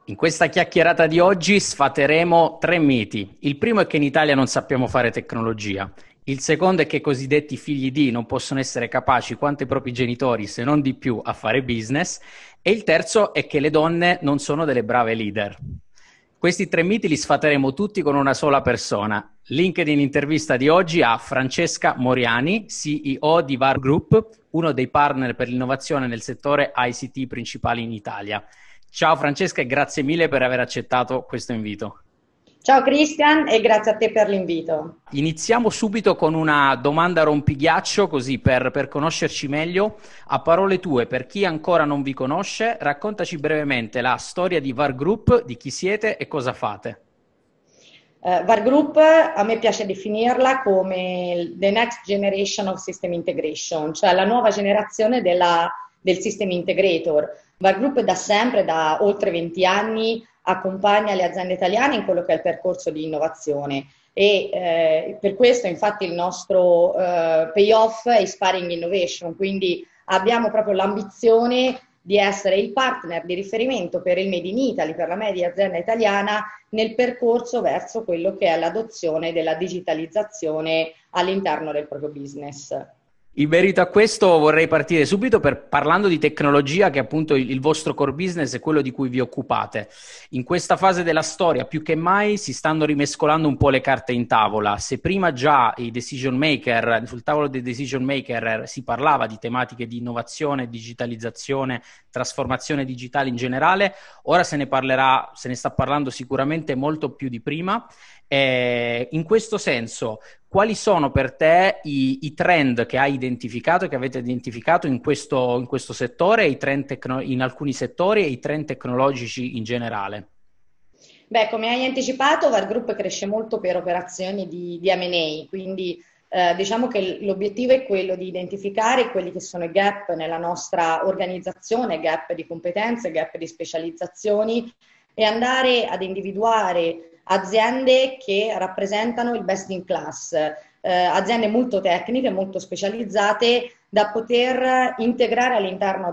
In questa chiacchierata di oggi sfateremo tre miti. Il primo è che in Italia non sappiamo fare tecnologia. Il secondo è che i cosiddetti figli di non possono essere capaci quanto i propri genitori, se non di più, a fare business. E il terzo è che le donne non sono delle brave leader. Questi tre miti li sfateremo tutti con una sola persona. LinkedIn intervista di oggi a Francesca Moriani, CEO di VAR Group, uno dei partner per l'innovazione nel settore ICT principali in Italia. Ciao Francesca e grazie mille per aver accettato questo invito. Ciao Christian e grazie a te per l'invito. Iniziamo subito con una domanda rompighiaccio, così per conoscerci meglio. A parole tue, per chi ancora non vi conosce, raccontaci brevemente la storia di VAR Group, di chi siete e cosa fate. VAR Group a me piace definirla come the next generation of system integration, cioè la nuova generazione del system integrator. VAR Group da sempre, da oltre 20 anni, accompagna le aziende italiane in quello che è il percorso di innovazione e per questo infatti il nostro payoff è Inspiring Innovation, quindi abbiamo proprio l'ambizione di essere il partner di riferimento per il Made in Italy, per la media azienda italiana, nel percorso verso quello che è l'adozione della digitalizzazione all'interno del proprio business. In merito a questo vorrei partire subito parlando di tecnologia, che è appunto il vostro core business e quello di cui vi occupate. In questa fase della storia, più che mai, si stanno rimescolando un po' le carte in tavola. Se prima già i decision maker, sul tavolo dei decision maker si parlava di tematiche di innovazione, digitalizzazione, trasformazione digitale in generale, ora se ne sta parlando sicuramente molto più di prima. In questo senso, quali sono per te i trend che hai identificato, che avete identificato in questo settore, i trend in alcuni settori e i trend tecnologici in generale? Beh, come hai anticipato, VAR Group cresce molto per operazioni di M&A, quindi diciamo che l'obiettivo è quello di identificare quelli che sono i gap nella nostra organizzazione, gap di competenze, gap di specializzazioni e andare ad individuare aziende che rappresentano il best in class, aziende molto tecniche, molto specializzate da poter integrare all'interno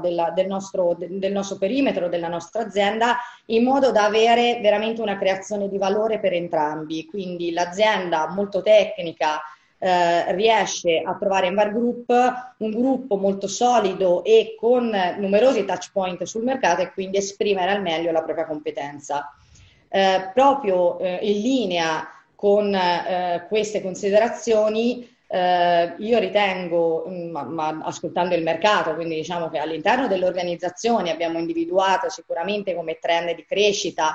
del nostro perimetro, della nostra azienda, in modo da avere veramente una creazione di valore per entrambi. Quindi l'azienda molto tecnica riesce a trovare in VAR Group un gruppo molto solido e con numerosi touch point sul mercato e quindi esprimere al meglio la propria competenza. Proprio in linea con queste considerazioni, io ritengo, ma ascoltando il mercato, quindi diciamo che all'interno dell'organizzazione abbiamo individuato sicuramente come trend di crescita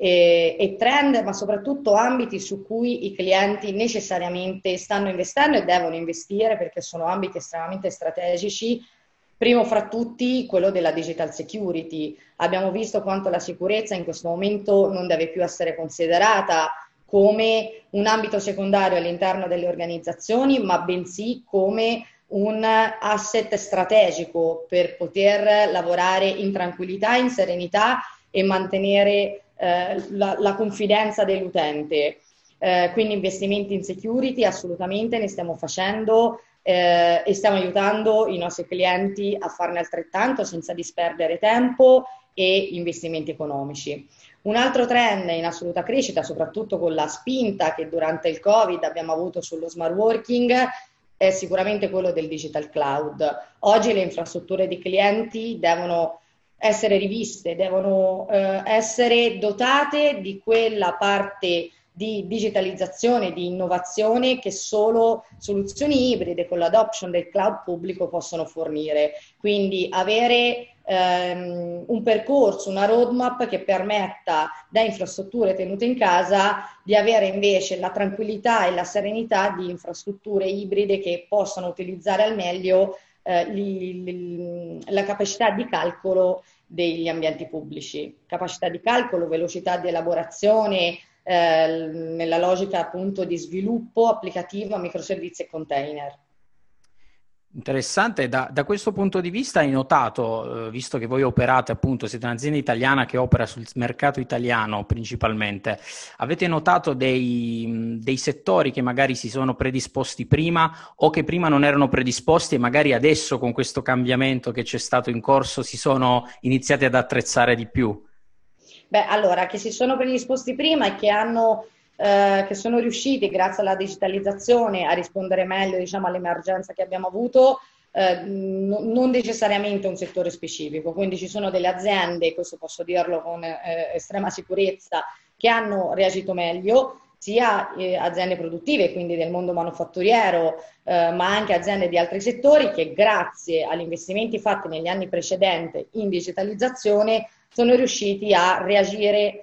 e trend, ma soprattutto ambiti su cui i clienti necessariamente stanno investendo e devono investire perché sono ambiti estremamente strategici. Primo fra tutti quello della digital security. Abbiamo visto quanto la sicurezza in questo momento non deve più essere considerata come un ambito secondario all'interno delle organizzazioni, ma bensì come un asset strategico per poter lavorare in tranquillità, in serenità e mantenere la confidenza dell'utente. Quindi investimenti in security assolutamente ne stiamo facendo e stiamo aiutando i nostri clienti a farne altrettanto senza disperdere tempo e investimenti economici. Un altro trend in assoluta crescita, soprattutto con la spinta che durante il Covid abbiamo avuto sullo smart working, è sicuramente quello del digital cloud. Oggi le infrastrutture di clienti devono essere riviste, devono essere dotate di quella parte di digitalizzazione, di innovazione che solo soluzioni ibride con l'adoption del cloud pubblico possono fornire. Quindi avere un percorso, una roadmap che permetta da infrastrutture tenute in casa di avere invece la tranquillità e la serenità di infrastrutture ibride che possano utilizzare al meglio la capacità di calcolo degli ambienti pubblici, capacità di calcolo, velocità di elaborazione, nella logica appunto di sviluppo applicativo a microservizi e container. Interessante, da questo punto di vista hai notato, visto che voi operate appunto, siete un'azienda italiana che opera sul mercato italiano principalmente, avete notato dei settori che magari si sono predisposti prima o che prima non erano predisposti e magari adesso con questo cambiamento che c'è stato in corso si sono iniziati ad attrezzare di più? Beh, allora, che si sono predisposti prima e che sono riusciti, grazie alla digitalizzazione, a rispondere meglio, diciamo, all'emergenza che abbiamo avuto, non necessariamente un settore specifico. Quindi ci sono delle aziende, questo posso dirlo con estrema sicurezza, che hanno reagito meglio, sia aziende produttive, quindi del mondo manufatturiero, ma anche aziende di altri settori che grazie agli investimenti fatti negli anni precedenti in digitalizzazione sono riusciti a reagire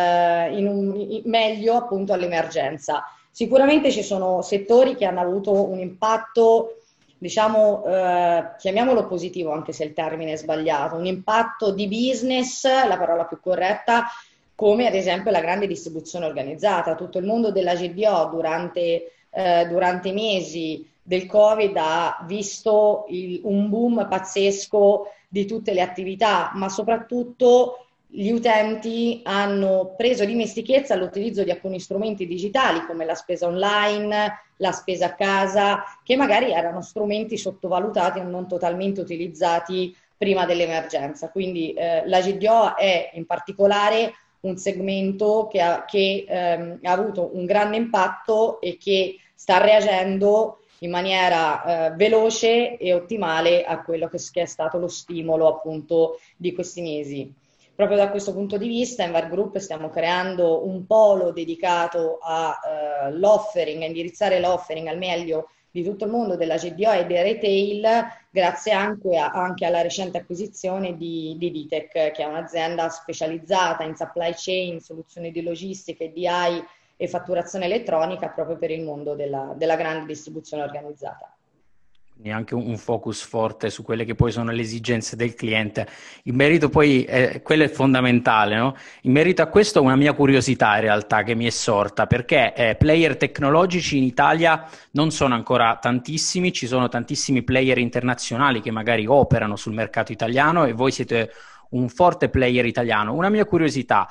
meglio appunto all'emergenza. Sicuramente ci sono settori che hanno avuto un impatto, diciamo, chiamiamolo positivo, anche se il termine è sbagliato, un impatto di business, la parola più corretta, come ad esempio la grande distribuzione organizzata. Tutto il mondo della GDO durante i mesi del Covid ha visto un boom pazzesco di tutte le attività, ma soprattutto gli utenti hanno preso dimestichezza all'utilizzo di alcuni strumenti digitali come la spesa online, la spesa a casa, che magari erano strumenti sottovalutati e non totalmente utilizzati prima dell'emergenza. Quindi la GDO è in particolare un segmento che ha avuto un grande impatto e che sta reagendo in maniera veloce e ottimale a quello che è stato lo stimolo appunto di questi mesi. Proprio da questo punto di vista, in VAR Group stiamo creando un polo dedicato all'offering, a indirizzare l'offering al meglio di tutto il mondo della GDO e del retail, grazie anche alla recente acquisizione di Ditec, che è un'azienda specializzata in supply chain, soluzioni di logistica, EDI e fatturazione elettronica proprio per il mondo della grande distribuzione organizzata. Quindi anche un focus forte su quelle che poi sono le esigenze del cliente. In merito poi, quello è fondamentale, no? In merito a questo una mia curiosità in realtà che mi è sorta, perché player tecnologici in Italia non sono ancora tantissimi, ci sono tantissimi player internazionali che magari operano sul mercato italiano e voi siete un forte player italiano. Una mia curiosità,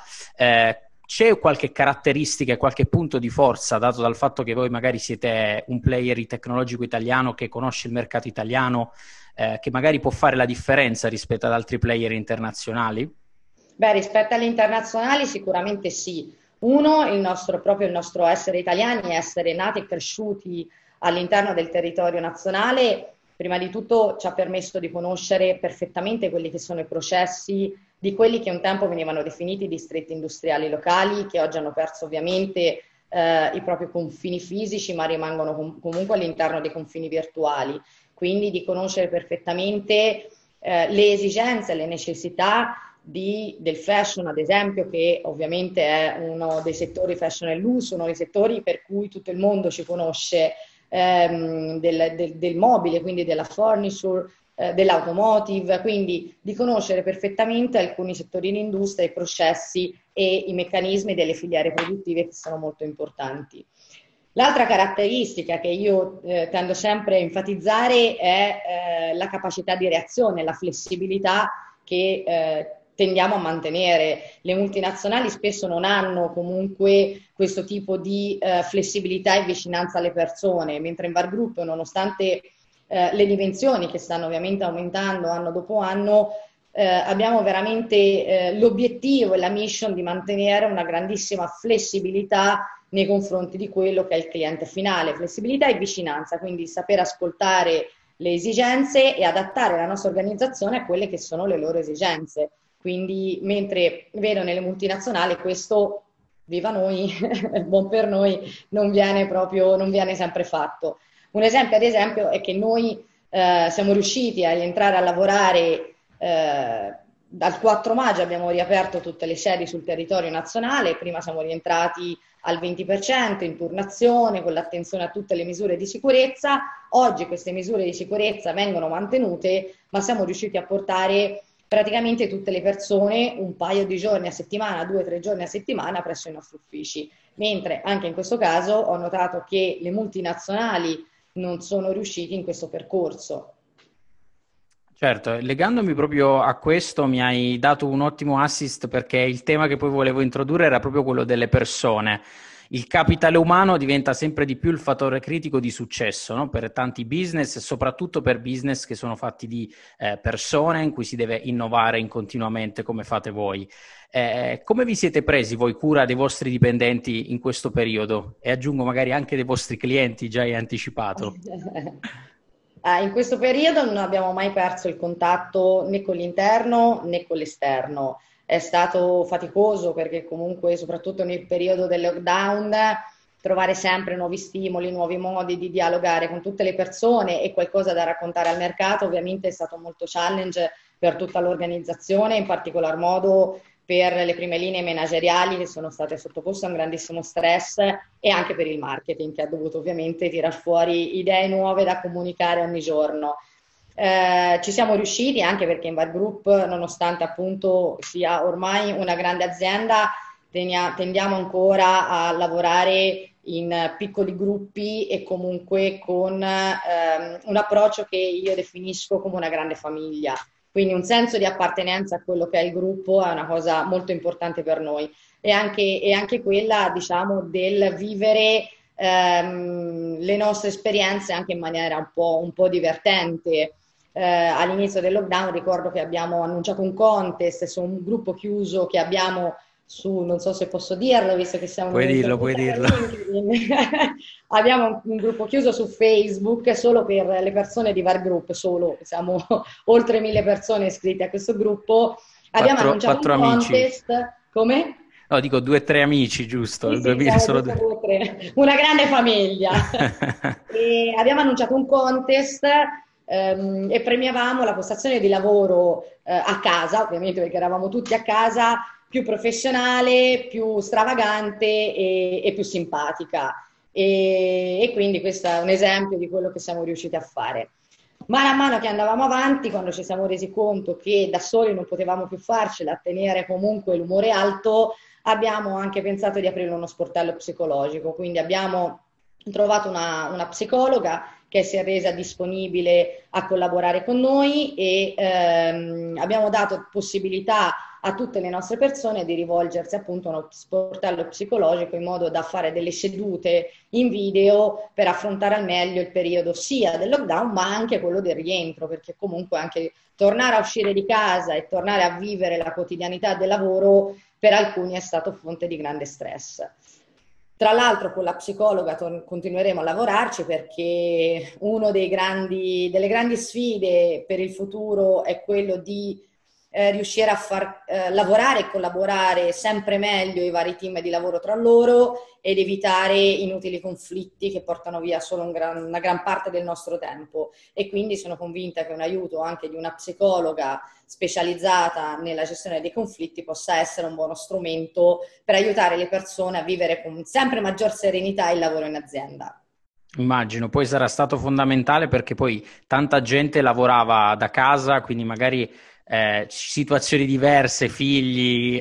c'è qualche caratteristica e qualche punto di forza dato dal fatto che voi magari siete un player tecnologico italiano che conosce il mercato italiano, che magari può fare la differenza rispetto ad altri player internazionali? Beh, rispetto alle internazionali sicuramente sì. Uno, proprio il nostro essere italiani, essere nati e cresciuti all'interno del territorio nazionale, prima di tutto ci ha permesso di conoscere perfettamente quelli che sono i processi di quelli che un tempo venivano definiti distretti industriali locali, che oggi hanno perso ovviamente i propri confini fisici, ma rimangono comunque all'interno dei confini virtuali. Quindi di conoscere perfettamente le esigenze, le necessità del fashion, ad esempio, che ovviamente è uno dei settori fashion e lusso, uno dei settori per cui tutto il mondo ci conosce, del mobile, quindi della furniture, dell'automotive, quindi di conoscere perfettamente alcuni settori in industria, i processi e i meccanismi delle filiere produttive che sono molto importanti. L'altra caratteristica che io tendo sempre a enfatizzare è la capacità di reazione, la flessibilità che tendiamo a mantenere. Le multinazionali spesso non hanno comunque questo tipo di flessibilità e vicinanza alle persone, mentre in VAR Group, nonostante le dimensioni che stanno ovviamente aumentando anno dopo anno, abbiamo veramente l'obiettivo e la mission di mantenere una grandissima flessibilità nei confronti di quello che è il cliente finale, flessibilità e vicinanza, quindi saper ascoltare le esigenze e adattare la nostra organizzazione a quelle che sono le loro esigenze. Quindi mentre vedo nelle multinazionali questo, viva noi, buon per noi, non viene sempre fatto. Un esempio, ad esempio, è che noi siamo riusciti a rientrare a lavorare dal 4 maggio, abbiamo riaperto tutte le sedi sul territorio nazionale, prima siamo rientrati al 20% in turnazione con l'attenzione a tutte le misure di sicurezza. Oggi queste misure di sicurezza vengono mantenute, ma siamo riusciti a portare praticamente tutte le persone un paio di giorni a settimana, 2 o 3 giorni a settimana presso i nostri uffici. Mentre anche in questo caso ho notato che le multinazionali non sono riusciti in questo percorso. Certo, legandomi proprio a questo mi hai dato un ottimo assist perché il tema che poi volevo introdurre era proprio quello delle persone. il capitale umano diventa sempre di più il fattore critico di successo, no? Per tanti business e soprattutto per business che sono fatti di persone in cui si deve innovare continuamente come fate voi. Come vi siete presi voi cura dei vostri dipendenti in questo periodo? E aggiungo magari anche dei vostri clienti, già hai anticipato. In questo periodo non abbiamo mai perso il contatto né con l'interno né con l'esterno. È stato faticoso perché comunque, soprattutto nel periodo del lockdown, trovare sempre nuovi stimoli, nuovi modi di dialogare con tutte le persone e qualcosa da raccontare al mercato, ovviamente è stato molto challenge per tutta l'organizzazione, in particolar modo per le prime linee manageriali che sono state sottoposte a un grandissimo stress e anche per il marketing che ha dovuto ovviamente tirar fuori idee nuove da comunicare ogni giorno. Ci siamo riusciti anche perché in Var Group, nonostante appunto sia ormai una grande azienda, tendiamo ancora a lavorare in piccoli gruppi e comunque con un approccio che io definisco come una grande famiglia. Quindi un senso di appartenenza a quello che è il gruppo è una cosa molto importante per noi e anche quella, diciamo, del vivere le nostre esperienze anche in maniera un po' divertente. All'inizio del lockdown ricordo che abbiamo annunciato un contest su un gruppo chiuso che abbiamo su, non so se posso dirlo, visto che siamo puoi dirlo. Abbiamo un gruppo chiuso su Facebook solo per le persone di Var Group, solo, siamo oltre 1000 persone iscritte a questo gruppo. Abbiamo annunciato un contest, come? No, dico 2 o 3 amici, giusto? Sì, solo 2. Una grande famiglia. E abbiamo annunciato un contest e premiavamo la postazione di lavoro a casa, ovviamente perché eravamo tutti a casa, più professionale, più stravagante e più simpatica. E quindi questo è un esempio di quello che siamo riusciti a fare. Mano a mano che andavamo avanti, quando ci siamo resi conto che da soli non potevamo più farcela a tenere comunque l'umore alto, abbiamo anche pensato di aprire uno sportello psicologico. Quindi abbiamo trovato una psicologa che si è resa disponibile a collaborare con noi e abbiamo dato possibilità a tutte le nostre persone di rivolgersi appunto a uno sportello psicologico in modo da fare delle sedute in video per affrontare al meglio il periodo sia del lockdown ma anche quello del rientro, perché comunque anche tornare a uscire di casa e tornare a vivere la quotidianità del lavoro per alcuni è stato fonte di grande stress. Tra l'altro con la psicologa continueremo a lavorarci perché una delle grandi sfide per il futuro è quello di riuscire a far lavorare e collaborare sempre meglio i vari team di lavoro tra loro ed evitare inutili conflitti che portano via solo una gran parte del nostro tempo. E quindi sono convinta che un aiuto anche di una psicologa specializzata nella gestione dei conflitti possa essere un buono strumento per aiutare le persone a vivere con sempre maggior serenità il lavoro in azienda. Immagino, poi sarà stato fondamentale perché poi tanta gente lavorava da casa, quindi magari situazioni diverse, figli,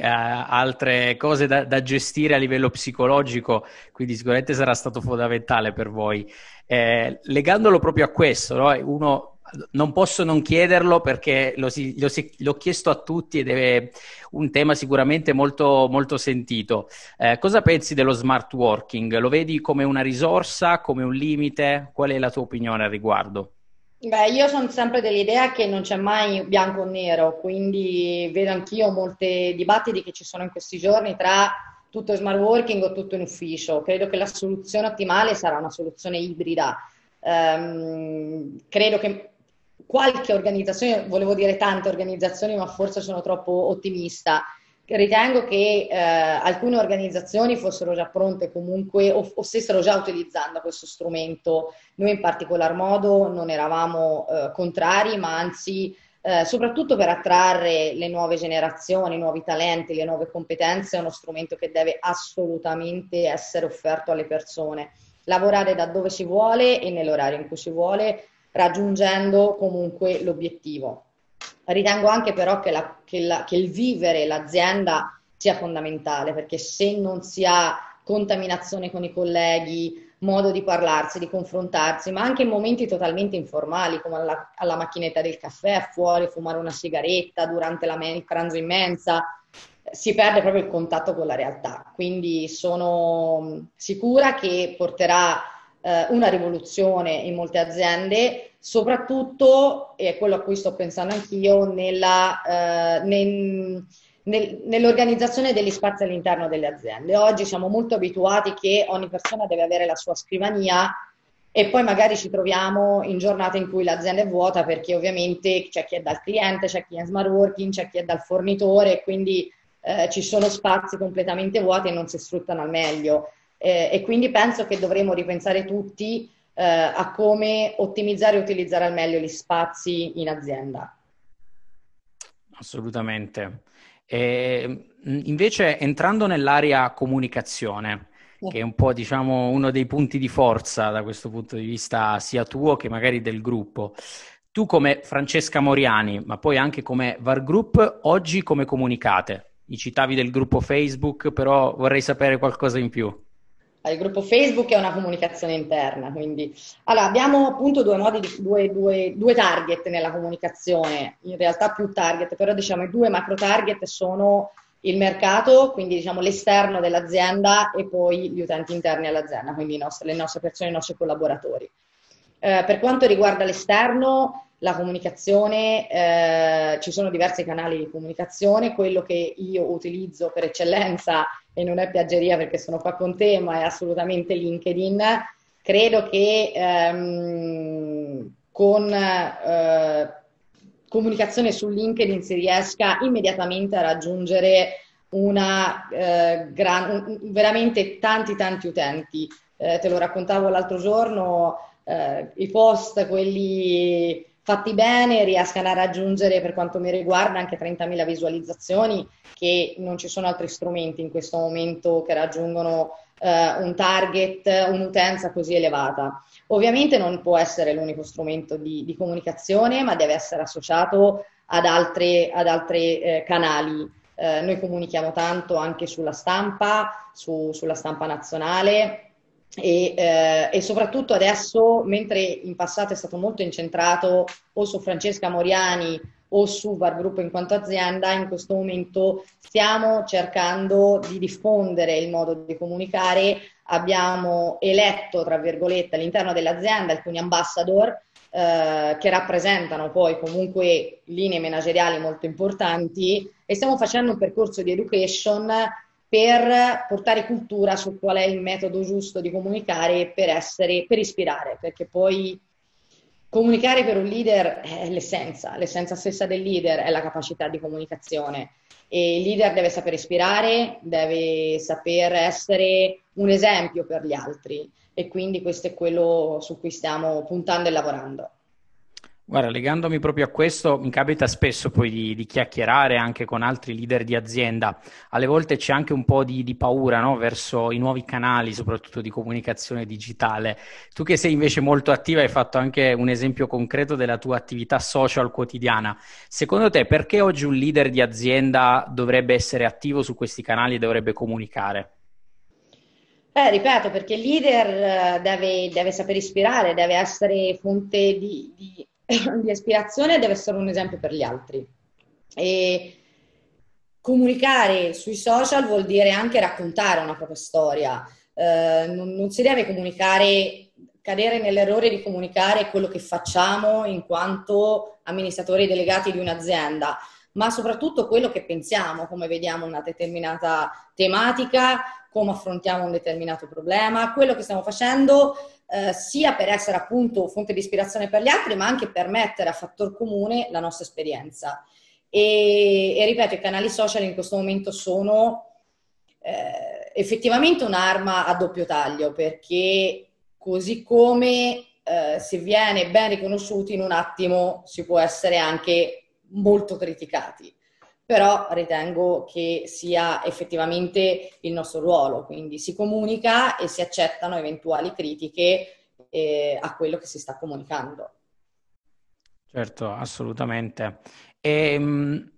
altre cose da gestire a livello psicologico, quindi sicuramente sarà stato fondamentale per voi. Legandolo proprio a questo, no? Uno non posso non chiederlo perché l'ho chiesto a tutti ed è un tema sicuramente molto, molto sentito. Cosa pensi dello smart working? Lo vedi come una risorsa, come un limite? Qual è la tua opinione al riguardo? Beh, io sono sempre dell'idea che non c'è mai bianco o nero, quindi vedo anch'io molti dibattiti che ci sono in questi giorni tra tutto smart working o tutto in ufficio. Credo che la soluzione ottimale sarà una soluzione ibrida. Credo che qualche organizzazione, volevo dire tante organizzazioni, ma forse sono troppo ottimista. Ritengo che alcune organizzazioni fossero già pronte comunque o stessero già utilizzando questo strumento. Noi in particolar modo non eravamo contrari, ma anzi, soprattutto per attrarre le nuove generazioni, i nuovi talenti, le nuove competenze, è uno strumento che deve assolutamente essere offerto alle persone. Lavorare da dove si vuole e nell'orario in cui si vuole, raggiungendo comunque l'obiettivo. Ritengo anche però che il vivere l'azienda sia fondamentale, perché se non si ha contaminazione con i colleghi, modo di parlarsi, di confrontarsi, ma anche in momenti totalmente informali, come alla macchinetta del caffè, fuori, fumare una sigaretta durante il pranzo in mensa, si perde proprio il contatto con la realtà. Quindi sono sicura che porterà una rivoluzione in molte aziende, soprattutto, e è quello a cui sto pensando anch'io, nell'organizzazione degli spazi all'interno delle aziende. Oggi siamo molto abituati che ogni persona deve avere la sua scrivania e poi magari ci troviamo in giornate in cui l'azienda è vuota perché ovviamente c'è chi è dal cliente, c'è chi è in smart working, c'è chi è dal fornitore, quindi ci sono spazi completamente vuoti e non si sfruttano al meglio. E quindi penso che dovremo ripensare tutti a come ottimizzare e utilizzare al meglio gli spazi in azienda. Assolutamente. Invece, entrando nell'area comunicazione, che è un po', diciamo, uno dei punti di forza da questo punto di vista, sia tuo che magari del gruppo. Tu come Francesca Moriani, ma poi anche come VAR Group, oggi come comunicate? Mi citavi del gruppo Facebook, però vorrei sapere qualcosa in più. Il gruppo Facebook è una comunicazione interna, quindi allora, abbiamo appunto due modi, due target nella comunicazione, in realtà più target, però diciamo i due macro target sono il mercato, quindi diciamo l'esterno dell'azienda e poi gli utenti interni all'azienda, quindi le nostre persone, i nostri collaboratori. Per quanto riguarda l'esterno, la comunicazione, ci sono diversi canali di comunicazione, quello che io utilizzo per eccellenza e non è piaggeria perché sono qua con te, ma è assolutamente LinkedIn. Credo che con comunicazione su LinkedIn si riesca immediatamente a raggiungere veramente tanti utenti. Te lo raccontavo l'altro giorno, i post, quelli fatti bene, riescano a raggiungere, per quanto mi riguarda, anche 30.000 visualizzazioni, che non ci sono altri strumenti in questo momento che raggiungono un target, un'utenza così elevata. Ovviamente non può essere l'unico strumento di comunicazione, ma deve essere associato ad altri canali. Noi comunichiamo tanto anche sulla stampa, sulla stampa nazionale e soprattutto adesso, mentre in passato è stato molto incentrato o su Francesca Moriani o su VAR Group in quanto azienda, in questo momento stiamo cercando di diffondere il modo di comunicare. Abbiamo eletto, tra virgolette, all'interno dell'azienda alcuni ambassador che rappresentano poi comunque linee manageriali molto importanti e stiamo facendo un percorso di education per portare cultura su qual è il metodo giusto di comunicare per ispirare, perché poi comunicare per un leader è l'essenza stessa del leader è la capacità di comunicazione e il leader deve saper ispirare, deve saper essere un esempio per gli altri e quindi questo è quello su cui stiamo puntando e lavorando. Guarda, legandomi proprio a questo, mi capita spesso poi di chiacchierare anche con altri leader di azienda. Alle volte c'è anche un po' di paura, no? Verso i nuovi canali, soprattutto di comunicazione digitale. Tu che sei invece molto attiva, hai fatto anche un esempio concreto della tua attività social quotidiana. Secondo te, perché oggi un leader di azienda dovrebbe essere attivo su questi canali e dovrebbe comunicare? Ripeto, perché il leader deve saper ispirare, deve essere fonte di ispirazione, deve essere un esempio per gli altri. E comunicare sui social vuol dire anche raccontare una propria storia. Non si deve comunicare, cadere nell'errore di comunicare quello che facciamo in quanto amministratori delegati di un'azienda, ma soprattutto quello che pensiamo, come vediamo una determinata tematica, come affrontiamo un determinato problema, quello che stiamo facendo sia per essere appunto fonte di ispirazione per gli altri, ma anche per mettere a fattor comune la nostra esperienza. E ripeto, i canali social in questo momento sono effettivamente un'arma a doppio taglio, perché così come se viene ben riconosciuti, in un attimo si può essere anche molto criticati. Però ritengo che sia effettivamente il nostro ruolo, quindi si comunica e si accettano eventuali critiche a quello che si sta comunicando. Certo, assolutamente. E,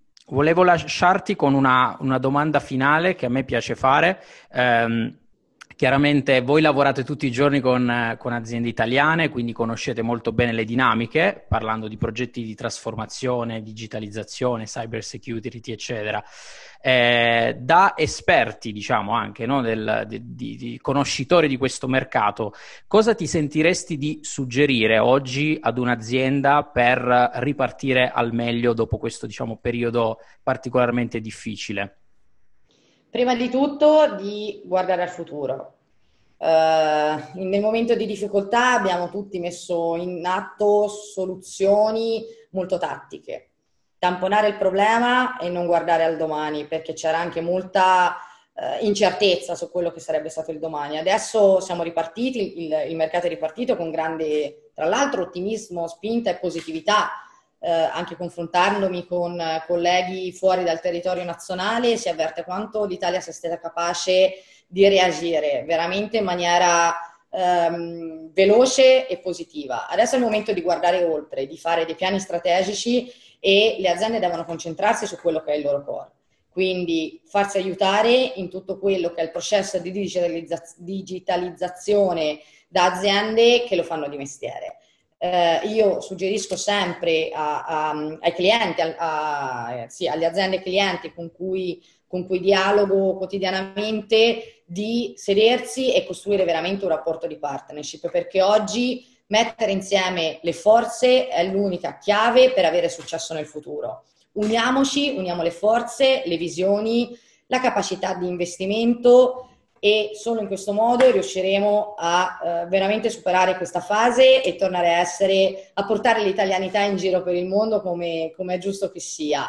volevo lasciarti con una domanda finale che a me piace fare. Chiaramente voi lavorate tutti i giorni con aziende italiane, quindi conoscete molto bene le dinamiche, parlando di progetti di trasformazione, digitalizzazione, cyber security, eccetera. Da esperti, diciamo anche, no, di conoscitori di questo mercato, cosa ti sentiresti di suggerire oggi ad un'azienda per ripartire al meglio dopo questo, diciamo, periodo particolarmente difficile? Prima di tutto di guardare al futuro. Nel momento di difficoltà abbiamo tutti messo in atto soluzioni molto tattiche. Tamponare il problema e non guardare al domani, perché c'era anche molta incertezza su quello che sarebbe stato il domani. Adesso siamo ripartiti, il mercato è ripartito con grande, tra l'altro, ottimismo, spinta e positività. Anche confrontandomi con colleghi fuori dal territorio nazionale, si avverte quanto l'Italia sia stata capace di reagire veramente in maniera veloce e positiva. Adesso è il momento di guardare oltre, di fare dei piani strategici e le aziende devono concentrarsi su quello che è il loro core. Quindi farsi aiutare in tutto quello che è il processo di digitalizzazione da aziende che lo fanno di mestiere. Io suggerisco sempre ai clienti, sì, alle aziende clienti con cui dialogo quotidianamente, di sedersi e costruire veramente un rapporto di partnership, perché oggi mettere insieme le forze è l'unica chiave per avere successo nel futuro. Uniamoci, uniamo le forze, le visioni, la capacità di investimento e solo in questo modo riusciremo a veramente superare questa fase e tornare a portare l'italianità in giro per il mondo come è giusto che sia.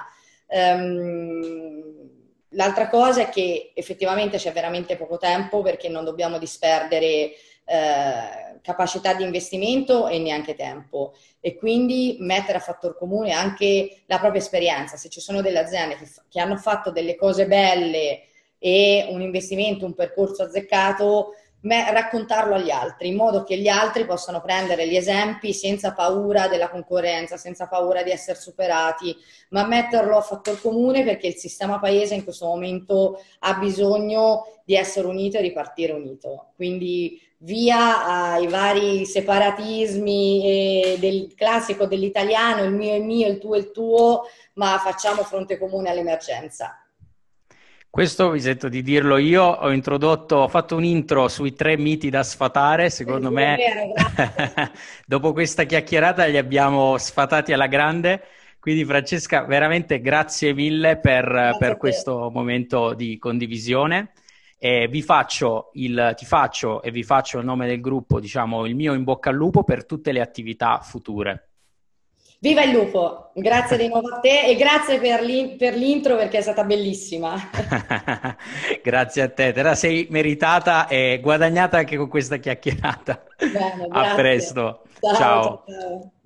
L'altra cosa è che effettivamente c'è veramente poco tempo, perché non dobbiamo disperdere capacità di investimento e neanche tempo, e quindi mettere a fattor comune anche la propria esperienza. Se ci sono delle aziende che hanno fatto delle cose belle e un investimento, un percorso azzeccato, raccontarlo agli altri, in modo che gli altri possano prendere gli esempi senza paura della concorrenza, senza paura di essere superati, ma metterlo a fattor comune, perché il sistema paese in questo momento ha bisogno di essere unito e ripartire unito. Quindi via ai vari separatismi del classico dell'italiano, il mio è mio, il tuo è il tuo, ma facciamo fronte comune all'emergenza. Questo vi sento di dirlo io, ho fatto un intro sui 3 miti da sfatare, secondo È me vero, grazie. dopo questa chiacchierata li abbiamo sfatati alla grande, quindi Francesca veramente grazie mille Grazie per a te. questo momento di condivisione. E ti faccio e vi faccio a nome del gruppo, diciamo, il mio in bocca al lupo per tutte le attività future. Viva il lupo! Grazie di nuovo a te e grazie per l'intro, perché è stata bellissima. Grazie a te, te la sei meritata e guadagnata anche con questa chiacchierata. Bene, A grazie. presto, Ciao, ciao, ciao. ciao.